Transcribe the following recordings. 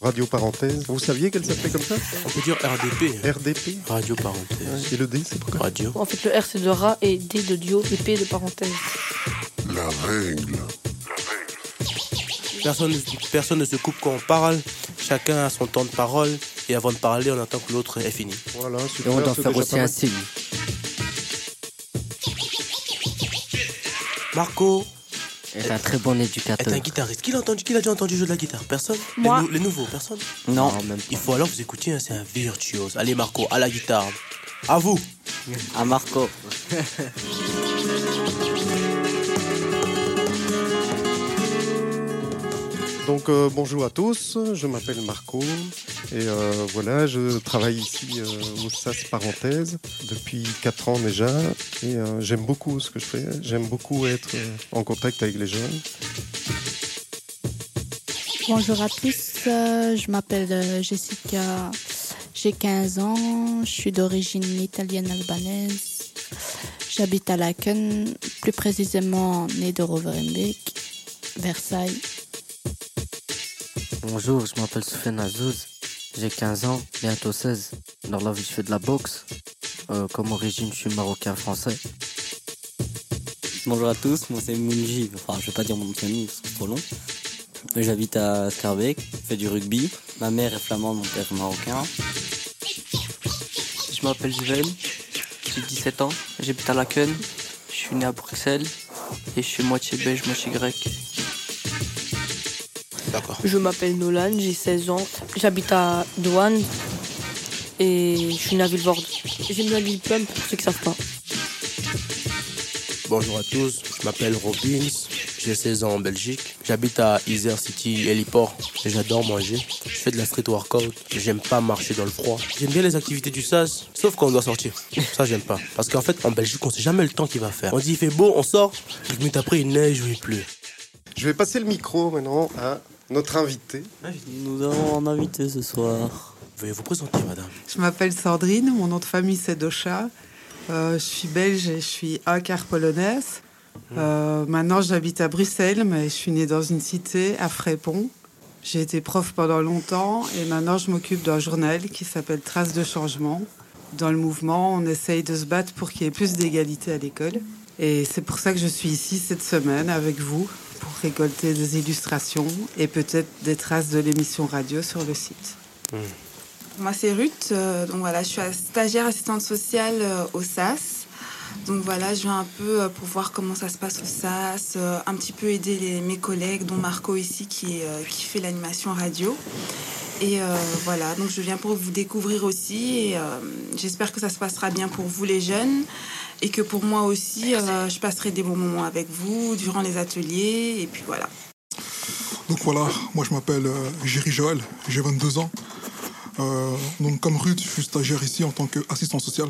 Radio Parenthèse. Vous saviez qu'elle s'appelait comme ça? On peut dire RDP. RDP. Radio Parenthèse. Ouais. Et le D, c'est pourquoi? Radio. En fait, le R, c'est de rat et D de dio et P de parenthèse. La règle. Personne ne se coupe quand on parle. Chacun a son temps de parole. Et avant de parler, on attend que l'autre ait fini. Voilà, super. Et on doit faire aussi un signe. Marco est un très bon éducateur. Est un guitariste. Qui a déjà entendu jouer de la guitare? Personne? Moi. Les nouveaux, personne? Non, même pas. Il faut alors vous écoutiez, hein, c'est un virtuose. Allez Marco, à la guitare. À vous. À Marco. Donc bonjour à tous, je m'appelle Marco et voilà, je travaille ici au SAS Parenthèse depuis 4 ans déjà et j'aime beaucoup ce que je fais, j'aime beaucoup être en contact avec les jeunes. Bonjour à tous, je m'appelle Jessica, j'ai 15 ans, je suis d'origine italienne-albanaise, j'habite à Laken, plus précisément née de Roverenbeek, Versailles. Bonjour, je m'appelle Soufiane Azouz, j'ai 15 ans, bientôt 16. Dans la vie, je fais de la boxe. Comme origine, je suis marocain-français. Bonjour à tous, moi c'est Mounji, enfin je vais pas dire mon nom de famille, c'est trop long. J'habite à Scarbeck, je fais du rugby. Ma mère est flamande, mon père est marocain. Je m'appelle Sven, j'ai 17 ans, j'habite à Laken, je suis né à Bruxelles et je suis moitié belge, moitié grec. D'accord. Je m'appelle Nolan, j'ai 16 ans, j'habite à Douane et je suis né à Villevorde. J'aime bien Lil Pump pour ceux qui savent pas. Bonjour à tous, je m'appelle Robins, j'ai 16 ans en Belgique. J'habite à Isère City, Héliport et j'adore manger. Je fais de la street workout, j'aime pas marcher dans le froid. J'aime bien les activités du SAS, sauf quand on doit sortir. Ça j'aime pas. Parce qu'en fait en Belgique on sait jamais le temps qu'il va faire. On dit il fait beau, on sort, 10 minutes après il neige ou il pleut. Je vais passer le micro maintenant à notre invité. Nous avons un invité ce soir. Veuillez vous présenter madame. Je m'appelle Sandrine, mon nom de famille c'est Docha. Je suis belge et je suis un quart polonaise. Maintenant j'habite à Bruxelles, mais je suis née dans une cité à Frépont. J'ai été prof pendant longtemps et maintenant je m'occupe d'un journal qui s'appelle Traces de changement. Dans le mouvement, on essaye de se battre pour qu'il y ait plus d'égalité à l'école. Et c'est pour ça que je suis ici cette semaine avec vous, pour récolter des illustrations et peut-être des traces de l'émission radio sur le site. Moi, c'est Ruth. Donc voilà, je suis stagiaire assistante sociale au SAS. Donc voilà, je viens un peu pour voir comment ça se passe au SAS, un petit peu aider mes collègues, dont Marco ici qui fait l'animation radio. Et voilà, donc je viens pour vous découvrir aussi. Et j'espère que ça se passera bien pour vous les jeunes. Et que pour moi aussi, je passerai des bons moments avec vous durant les ateliers. Et puis voilà. Donc voilà, moi je m'appelle Géry Joël, j'ai 22 ans. Donc comme Ruth, je suis stagiaire ici en tant qu'assistant social.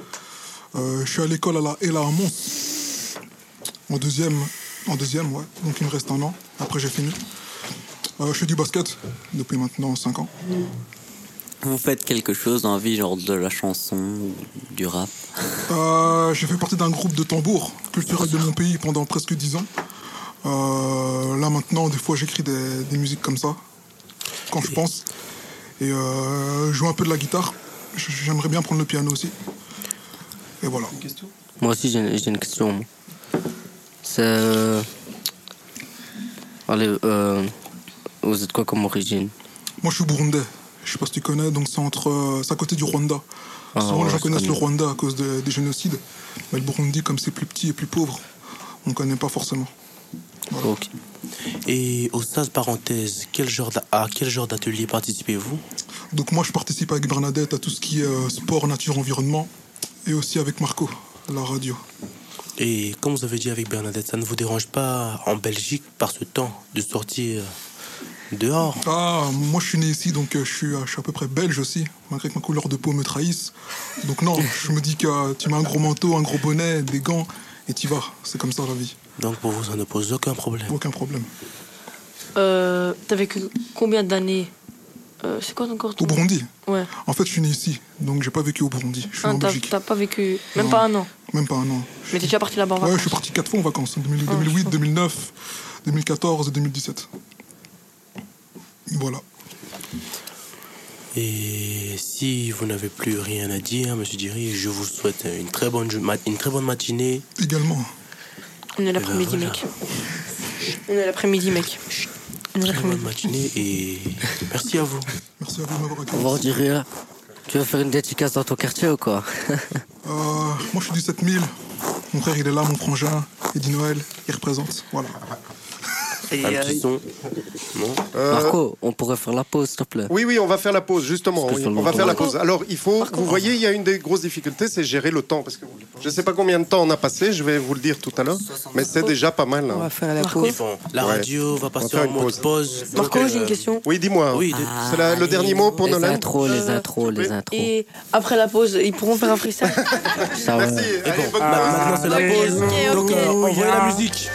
Je suis à l'école à la Ella à Mons. En deuxième, ouais. Donc il me reste 1 an. Après j'ai fini. Je fais du basket depuis maintenant 5 ans. Vous faites quelque chose dans la vie, genre de la chanson ou du rap? J'ai fait partie d'un groupe de tambour culturel de mon pays pendant presque 10 ans. Là maintenant, des fois j'écris des musiques comme ça, quand je pense. Et je joue un peu de la guitare. J'aimerais bien prendre le piano aussi. Et voilà. Une question? Moi aussi j'ai une question. C'est... Allez, vous êtes quoi comme origine? Moi je suis burundais. Je sais pas si tu connais, donc c'est à côté du Rwanda. Souvent les gens connaissent le Rwanda à cause des génocides. Mais le Burundi, comme c'est plus petit et plus pauvre, on ne connaît pas forcément. Voilà. Okay. Et au SAS Parenthèse, à quel genre d'atelier participez-vous? Donc moi je participe avec Bernadette à tout ce qui est sport, nature, environnement. Et aussi avec Marco, la radio. Et comme vous avez dit avec Bernadette, ça ne vous dérange pas en Belgique par ce temps de sortir dehors? Moi je suis né ici, donc je suis à peu près belge aussi, malgré que ma couleur de peau me trahisse. Donc non, je me dis que tu mets un gros manteau, un gros bonnet, des gants, et t'y vas. C'est comme ça la vie. Donc pour vous, ça ne pose aucun problème? Aucun problème. T'as vécu combien d'années c'est quoi encore ton... Au Burundi? Ouais. En fait, je suis né ici, donc j'ai pas vécu au Burundi. Je suis en Belgique. T'as pas vécu... Même pas 1 an? Même pas 1 an. Mais t'es déjà parti là-bas en vacances? Ouais, je suis parti 4 fois en vacances. 2008, 2009, 2014 et 2017. Voilà. Et si vous n'avez plus rien à dire, monsieur Diri, je vous souhaite une très bonne matinée. Également. On est l'après-midi, voilà. mec. On est l'après-midi, mec. On est Très bonne l'après-midi. matinée et merci à vous. Merci à vous de m'avoir accueilli. On va en dire rien. Tu veux faire une dédicace dans ton quartier ou quoi? Moi, je suis du 7000. Mon frère, il est là, mon frangin. Eddie Noël, il représente. Voilà. Un petit son. Non. Marco, on pourrait faire la pause, s'il te plaît. Oui, on va faire la pause, justement. Parce que Oui, sur le on va faire la Marco. pause. Alors, il faut. Vous voyez, il y a une des grosses difficultés, c'est gérer le temps. Parce que je ne sais pas combien de temps on a passé, je vais vous le dire tout à l'heure. Mais c'est déjà pas mal. On Hein. va faire la Marco. pause. Et bon, la Ouais. radio va On va passer faire en une mode pause. pause. Marco, Donc, j'ai une question. Oui, dis-moi. Oui, C'est le dernier mot pour les Nolan. intros, les intros, s'il te les plaît. intros. Et après la pause, ils pourront faire un freestyle. Ça va. Merci. Et Allez, bon, bonne maintenant c'est la ok, pause. ok, Donc ok. envoyez la musique.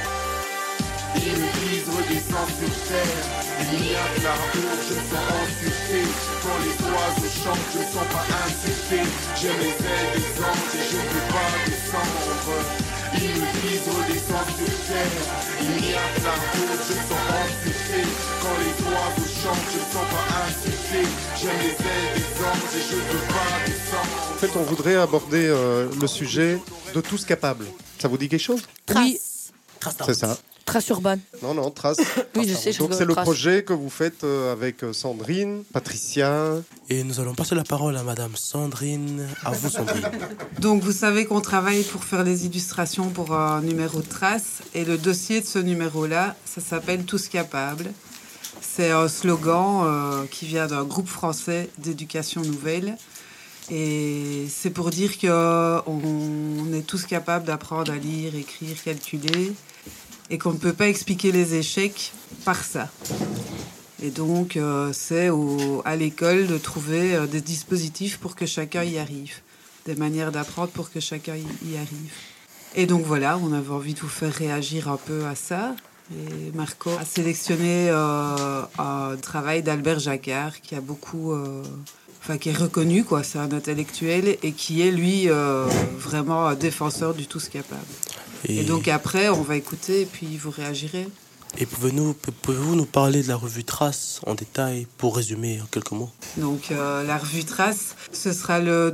En fait, on voudrait aborder le sujet de tous capables. Ça vous dit quelque chose? Oui, C'est ça. trace urbaine. Non, Trace. Oui, je sais, je Donc vois c'est le Trace. projet que vous faites avec Sandrine, Patricia. Et nous allons passer la parole à Madame Sandrine. À vous, Sandrine. Donc, vous savez qu'on travaille pour faire les illustrations pour un numéro de trace. Et le dossier de ce numéro-là, ça s'appelle Tous Capables. C'est un slogan qui vient d'un groupe français d'éducation nouvelle. Et c'est pour dire qu'on est tous capables d'apprendre à lire, écrire, calculer. Et qu'on ne peut pas expliquer les échecs par ça. Et donc, c'est à l'école de trouver des dispositifs pour que chacun y arrive. Des manières d'apprendre pour que chacun y arrive. Et donc voilà, on avait envie de vous faire réagir un peu à ça. Et Marco a sélectionné un travail d'Albert Jacquard qui a beaucoup... qui est reconnu, quoi. C'est un intellectuel et qui est, lui, vraiment un défenseur du tous capable. Et donc après, on va écouter et puis vous réagirez. Et pouvez-vous nous parler de la revue Trace en détail pour résumer en quelques mots? Donc la revue Trace, ce sera le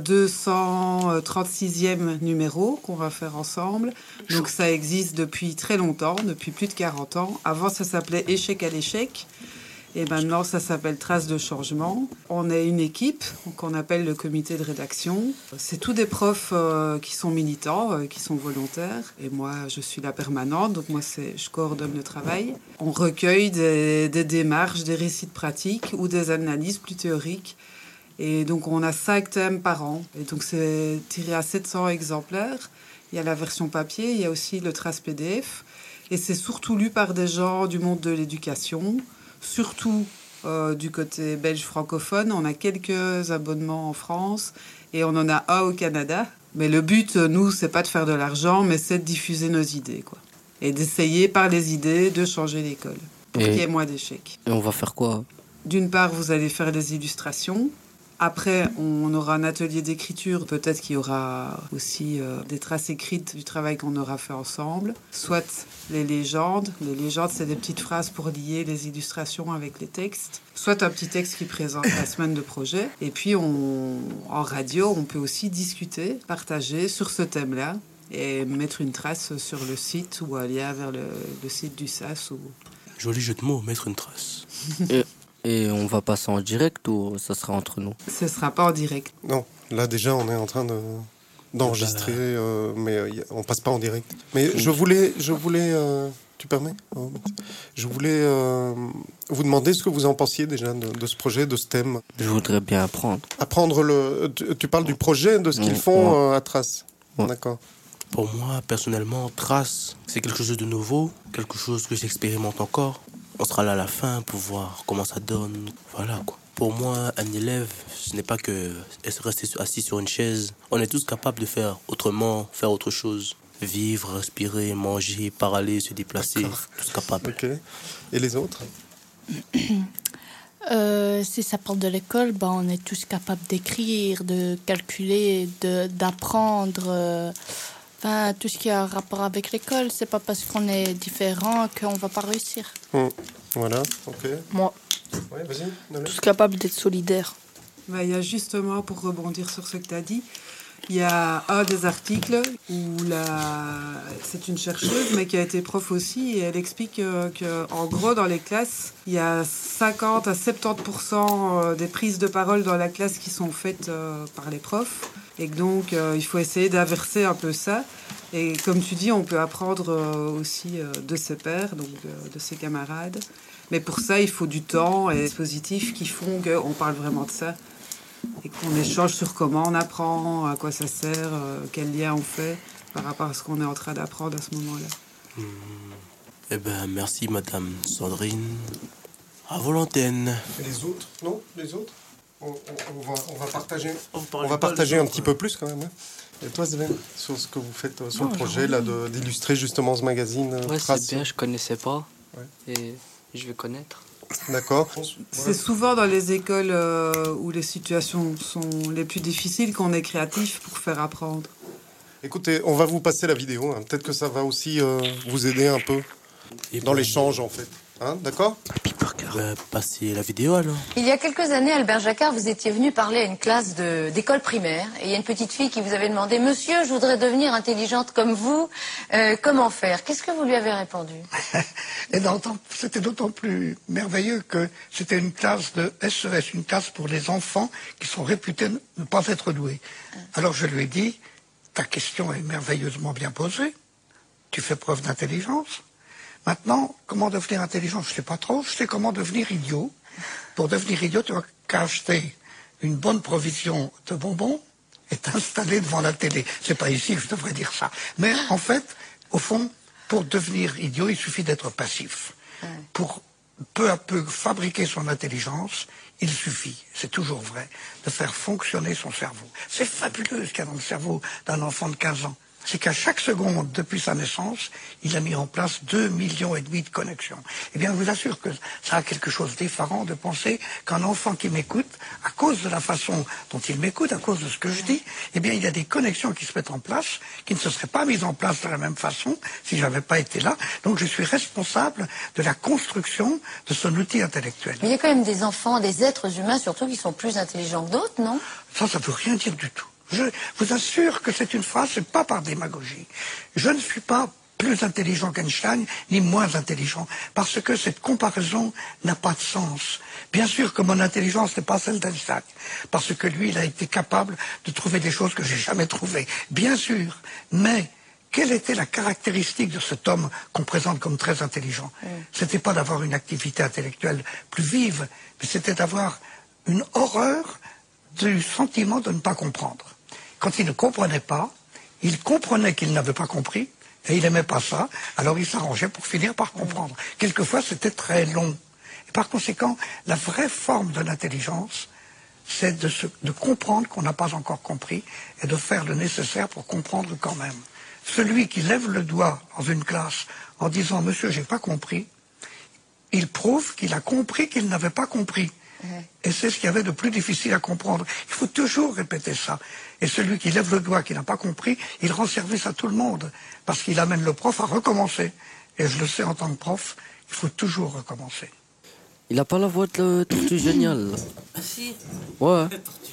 236e numéro qu'on va faire ensemble. Donc ça existe depuis très longtemps, depuis plus de 40 ans. Avant, ça s'appelait Échec à l'échec. Et maintenant, ça s'appelle Traces de changement. On est une équipe qu'on appelle le comité de rédaction. C'est tous des profs qui sont militants, qui sont volontaires. Et moi, je suis la permanente, donc moi, je coordonne le travail. On recueille des démarches, des récits de pratique ou des analyses plus théoriques. Et donc, on a 5 thèmes par an. Et donc, c'est tiré à 700 exemplaires. Il y a la version papier, il y a aussi le Trace PDF. Et c'est surtout lu par des gens du monde de l'éducation, surtout du côté belge francophone. On a quelques abonnements en France et on en a un au Canada. Mais le but, nous, c'est pas de faire de l'argent, mais c'est de diffuser nos idées, quoi. Et d'essayer, par les idées, de changer l'école pour qu'il y ait moins d'échecs. Et on va faire quoi? D'une part, vous allez faire des illustrations. Après, on aura un atelier d'écriture. Peut-être qu'il y aura aussi des traces écrites du travail qu'on aura fait ensemble. Soit les légendes. Les légendes, c'est des petites phrases pour lier les illustrations avec les textes. Soit un petit texte qui présente la semaine de projet. Et puis, en radio, on peut aussi discuter, partager sur ce thème-là et mettre une trace sur le site ou un lien vers le site du SAS. Joli jeu de mots, mettre une trace. Et on va passer en direct ou ça sera entre nous? Ce ne sera pas en direct. Non, là déjà on est en train d'enregistrer, mais on passe pas en direct. Mais je voulais, tu permets? Je voulais vous demander ce que vous en pensiez déjà de ce projet, de ce thème. Je voudrais bien apprendre. Tu parles du projet, de ce qu'ils font à Trace. Ouais. D'accord. Pour moi, personnellement, Trace, c'est quelque chose de nouveau, quelque chose que j'expérimente encore. On sera là à la fin pour voir comment ça donne. Voilà, quoi. Pour moi, un élève, ce n'est pas que rester assis sur une chaise. On est tous capables de faire autrement, faire autre chose. Vivre, respirer, manger, parler, se déplacer. D'accord. Tous capables. Ok. Et les autres? Si ça parle de l'école, on est tous capables d'écrire, de calculer, d'apprendre. Tout ce qui a un rapport avec l'école, c'est pas parce qu'on est différent qu'on va pas réussir. Voilà, ok. Moi, Oui, vas-y. Donne-le. Tous capables d'être solidaires. Bah, il y a justement, pour rebondir sur ce que tu as dit, il y a un des articles où c'est une chercheuse, mais qui a été prof aussi, et elle explique qu'en gros, dans les classes, il y a 50 à 70% des prises de parole dans la classe qui sont faites par les profs. Et que donc, il faut essayer d'inverser un peu ça. Et comme tu dis, on peut apprendre aussi de ses pairs, donc de ses camarades. Mais pour ça, il faut du temps et des dispositifs qui font qu'on parle vraiment de ça. Et qu'on échange sur comment on apprend, à quoi ça sert, quel lien on fait par rapport à ce qu'on est en train d'apprendre à ce moment-là. Eh ben, merci, Madame Sandrine. À vos l'antenne. Et les autres? Non, les autres on va partager, on va partager un petit peu plus quand même. Hein. Et toi, Sven, sur ce que vous faites sur le projet là, d'illustrer justement ce magazine Ouais, Trace. c'est bien, je connaissais pas. Ouais. Et je vais connaître. D'accord. C'est souvent dans les écoles où les situations sont les plus difficiles qu'on est créatif pour faire apprendre. Écoutez, on va vous passer la vidéo. Hein. Peut-être que ça va aussi vous aider un peu dans l'échange en fait. Hein, d'accord? Passez la vidéo alors. Il y a quelques années, Albert Jacquard, vous étiez venu parler à une classe d'école primaire. Et il y a une petite fille qui vous avait demandé « Monsieur, je voudrais devenir intelligente comme vous. Comment faire ?» Qu'est-ce que vous lui avez répondu? C'était d'autant plus merveilleux que c'était une classe de SES, une classe pour les enfants qui sont réputés ne pas être doués. Alors je lui ai dit « Ta question est merveilleusement bien posée. Tu fais preuve d'intelligence. Maintenant, comment devenir intelligent, je ne sais pas trop. Je sais comment devenir idiot. Pour devenir idiot, tu vas qu'acheter une bonne provision de bonbons et t'installer devant la télé. C'est pas ici que je devrais dire ça. Mais en fait, au fond, pour devenir idiot, il suffit d'être passif. Pour peu à peu fabriquer son intelligence, il suffit, c'est toujours vrai, de faire fonctionner son cerveau. C'est fabuleux ce qu'il y a dans le cerveau d'un enfant de 15 ans. C'est qu'à chaque seconde, depuis sa naissance, il a mis en place 2,5 millions de connexions. Eh bien, je vous assure que ça a quelque chose d'effarant de penser qu'un enfant qui m'écoute, à cause de la façon dont il m'écoute, à cause de ce que je dis, eh bien, il y a des connexions qui se mettent en place, qui ne se seraient pas mises en place de la même façon si je n'avais pas été là. Donc, je suis responsable de la construction de son outil intellectuel. Mais il y a quand même des enfants, des êtres humains surtout, qui sont plus intelligents que d'autres, non? Ça veut rien dire du tout. Je vous assure que c'est une phrase, c'est pas par démagogie. Je ne suis pas plus intelligent qu'Einstein, ni moins intelligent, parce que cette comparaison n'a pas de sens. Bien sûr que mon intelligence n'est pas celle d'Einstein, parce que lui, il a été capable de trouver des choses que j'ai jamais trouvées. Bien sûr, mais quelle était la caractéristique de cet homme qu'on présente comme très intelligent? C'était pas d'avoir une activité intellectuelle plus vive, mais c'était d'avoir une horreur du sentiment de ne pas comprendre. Quand il ne comprenait pas, il comprenait qu'il n'avait pas compris, et il n'aimait pas ça, alors il s'arrangeait pour finir par comprendre. Quelquefois, c'était très long. Et par conséquent, la vraie forme de l'intelligence, c'est de comprendre qu'on n'a pas encore compris, et de faire le nécessaire pour comprendre quand même. Celui qui lève le doigt dans une classe en disant « Monsieur, j'ai pas compris », il prouve qu'il a compris qu'il n'avait pas compris. Et c'est ce qu'il y avait de plus difficile à comprendre. Il faut toujours répéter ça. Et celui qui lève le doigt, qui n'a pas compris, il rend service à tout le monde. Parce qu'il amène le prof à recommencer. Et je le sais en tant que prof, il faut toujours recommencer. Il n'a pas la voix de Tortue Géniale. Si. Ouais.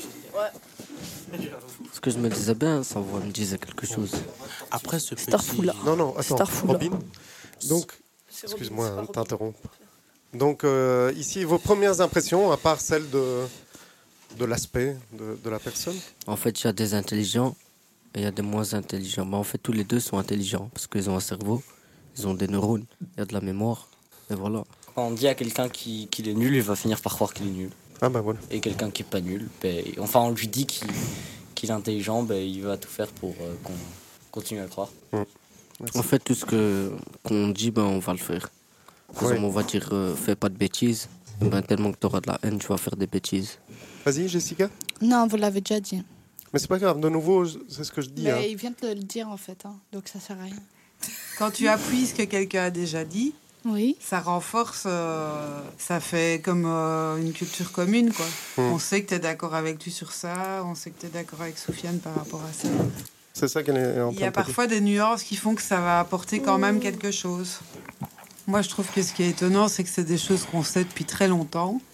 Ouais. Parce que je me disais bien, sa voix me disait quelque chose. Après ce petit... Starfoula. Non, attends, Starfoula. Robin. Donc, excuse-moi de t'interrompre. Donc, ici, vos premières impressions, à part celle de l'aspect de la personne? En fait, il y a des intelligents et il y a des moins intelligents. Mais en fait, tous les deux sont intelligents parce qu'ils ont un cerveau, ils ont des neurones, il y a de la mémoire, et voilà. Quand on dit à quelqu'un qu'il est nul, il va finir par croire qu'il est nul. Ah bah voilà. Et quelqu'un qui est pas nul, enfin on lui dit qu'il est intelligent, il va tout faire pour qu'on continue à le croire. En fait, tout ce qu'on dit, on va le faire. Par exemple, on va dire fais pas de bêtises. Tellement que tu auras de la haine, tu vas faire des bêtises. Vas-y, Jessica. Non, vous l'avez déjà dit. Mais c'est pas grave, de nouveau, c'est ce que je dis. Mais il vient de le dire en fait, donc ça sert à rien. Quand tu appuies ce que quelqu'un a déjà dit, oui, ça renforce, ça fait comme une culture commune, quoi. On sait que tu es d'accord avec lui sur ça, on sait que tu es d'accord avec Soufiane par rapport à ça. C'est ça qu'elle est en train de dire. Il y a parfois des nuances qui font que ça va apporter quand même quelque chose. Moi, je trouve que ce qui est étonnant, c'est que c'est des choses qu'on sait depuis très longtemps.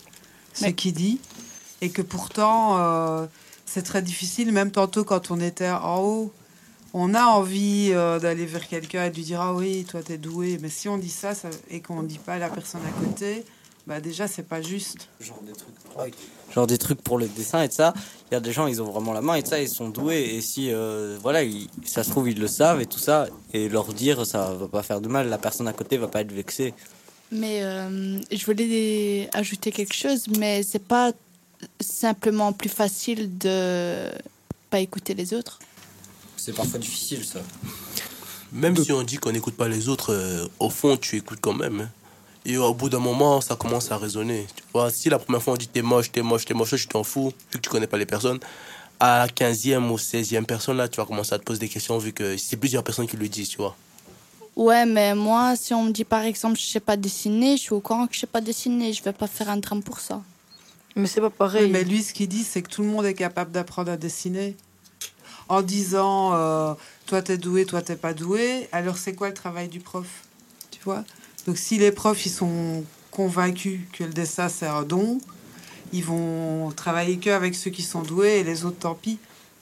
ce qu'il dit, et que pourtant, c'est très difficile, même tantôt quand on était en haut, on a envie d'aller vers quelqu'un et de lui dire « Ah oui, toi, t'es doué ». Mais si on dit ça et qu'on ne dit pas à la personne à côté, bah déjà, c'est pas juste. Genre des trucs pour le dessin et de ça. Il y a des gens, ils ont vraiment la main et de ça, ils sont doués. Et si, ça se trouve, ils le savent et tout ça. Et leur dire, ça va pas faire de mal. La personne à côté va pas être vexée. Mais je voulais ajouter quelque chose, mais c'est pas simplement plus facile de pas écouter les autres. C'est parfois difficile, ça. Même si on dit qu'on n'écoute pas les autres, au fond, tu écoutes quand même. Hein. Et au bout d'un moment, ça commence à résonner. Tu vois, si la première fois on dit t'es moche, tu t'en fous, vu que tu connais pas les personnes, à la 15e ou 16e personne, là, tu vas commencer à te poser des questions, vu que c'est plusieurs personnes qui le disent, tu vois. Ouais, mais moi, si on me dit par exemple je sais pas dessiner, je suis au courant que je sais pas dessiner, je vais pas faire un drame pour ça. Mais c'est pas pareil. Oui, mais lui, ce qu'il dit, c'est que tout le monde est capable d'apprendre à dessiner. En disant toi t'es doué, toi t'es pas doué, alors c'est quoi le travail du prof? Tu vois? Donc si les profs ils sont convaincus que le dessin c'est un don, ils vont travailler qu'avec ceux qui sont doués et les autres tant pis.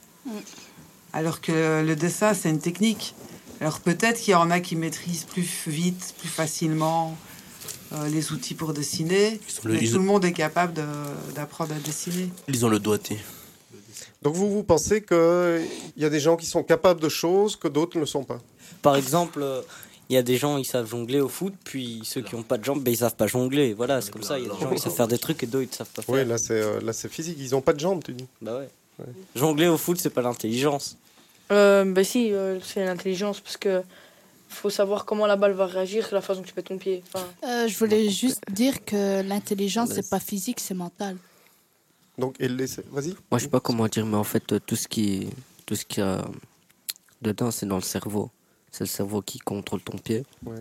Alors que le dessin c'est une technique. Alors peut-être qu'il y en a qui maîtrisent plus vite, plus facilement les outils pour dessiner, mais tout le monde est capable d'apprendre à dessiner. Ils ont le doigté. Donc vous pensez qu'il y a des gens qui sont capables de choses que d'autres ne le sont pas? Par exemple, il y a des gens, ils savent jongler au foot, puis ceux qui n'ont pas de jambes, ben, ils savent pas jongler. Voilà, c'est comme ça. Il y a des gens, ils savent faire des trucs et d'autres, ils ne savent pas faire. Oui, là c'est physique. Ils n'ont pas de jambes, tu dis? Bah ouais. Jongler au foot, c'est pas l'intelligence. Bah si, c'est l'intelligence, parce que faut savoir comment la balle va réagir, la façon que tu mets ton pied. Enfin... Je voulais juste dire que l'intelligence, c'est pas physique, c'est mental. Donc, vas-y. Moi, je sais pas comment dire, mais en fait, tout ce qui a dedans, c'est dans le cerveau. C'est le cerveau qui contrôle ton pied,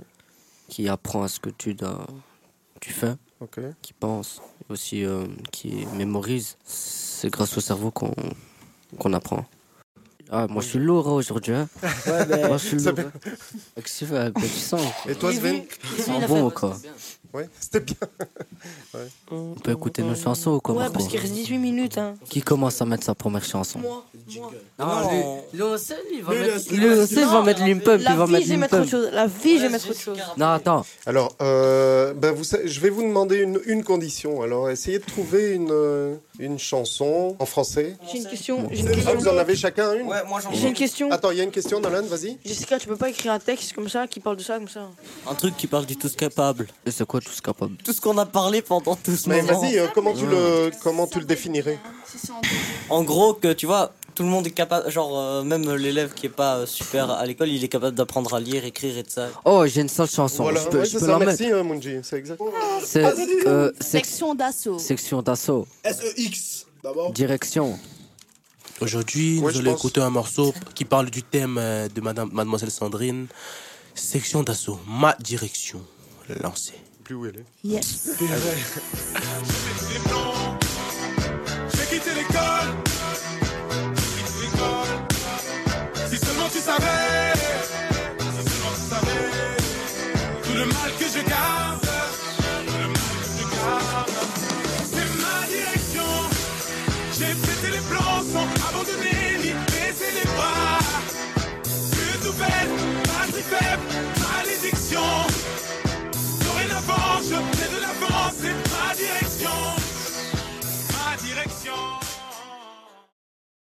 qui apprend à ce que tu fais, qui pense, aussi qui mémorise. C'est grâce au cerveau qu'on apprend. Ah, moi je suis lourd aujourd'hui. Hein. Ouais, mais... Moi je suis lourd. Qu'est-ce que tu fais avec du sang? Et toi, Sven? C'est bon, quoi. Ouais, c'était bien. Ouais. On peut écouter nos chansons ou quoi? Ouais, parce qu'il reste 18 minutes. Hein. Qui commence à mettre sa première chanson? Moi. Non, l'OC, il va mettre. L'OC va mettre Limpump. La vie, je vais mettre autre chose. La vie, je vais mettre autre chose. Non, attends. Alors, je vais vous demander une condition. Alors, essayez de trouver une chanson en français. J'ai une question. Ah, vous en avez chacun une? Ouais, moi j'en ai. J'ai une question. Attends, il y a une question, Nolan, vas-y. Jessica, tu peux pas écrire un texte comme ça, qui parle de ça, comme ça? Un truc qui parle du tous capable. Et c'est quoi tous capable? Tout ce qu'on a parlé pendant tout ce Mais moment. vas-y, comment tu le définirais? En gros, que tu vois, tout le monde est capable, genre même l'élève qui est pas super à l'école, il est capable d'apprendre à lire, écrire et tout ça. Oh, j'ai une seule chanson. Voilà, je peux ça, la merci, mettre. Munji, c'est exact. C'est Section d'assaut. Section d'assaut. SEX, d'abord. Direction. Aujourd'hui, nous allons écouter un morceau qui parle du thème de Mademoiselle Sandrine. Section d'assaut, ma direction. Lancée. Plus où elle est. Yes. J'ai quitté l'école. Si seulement tu savais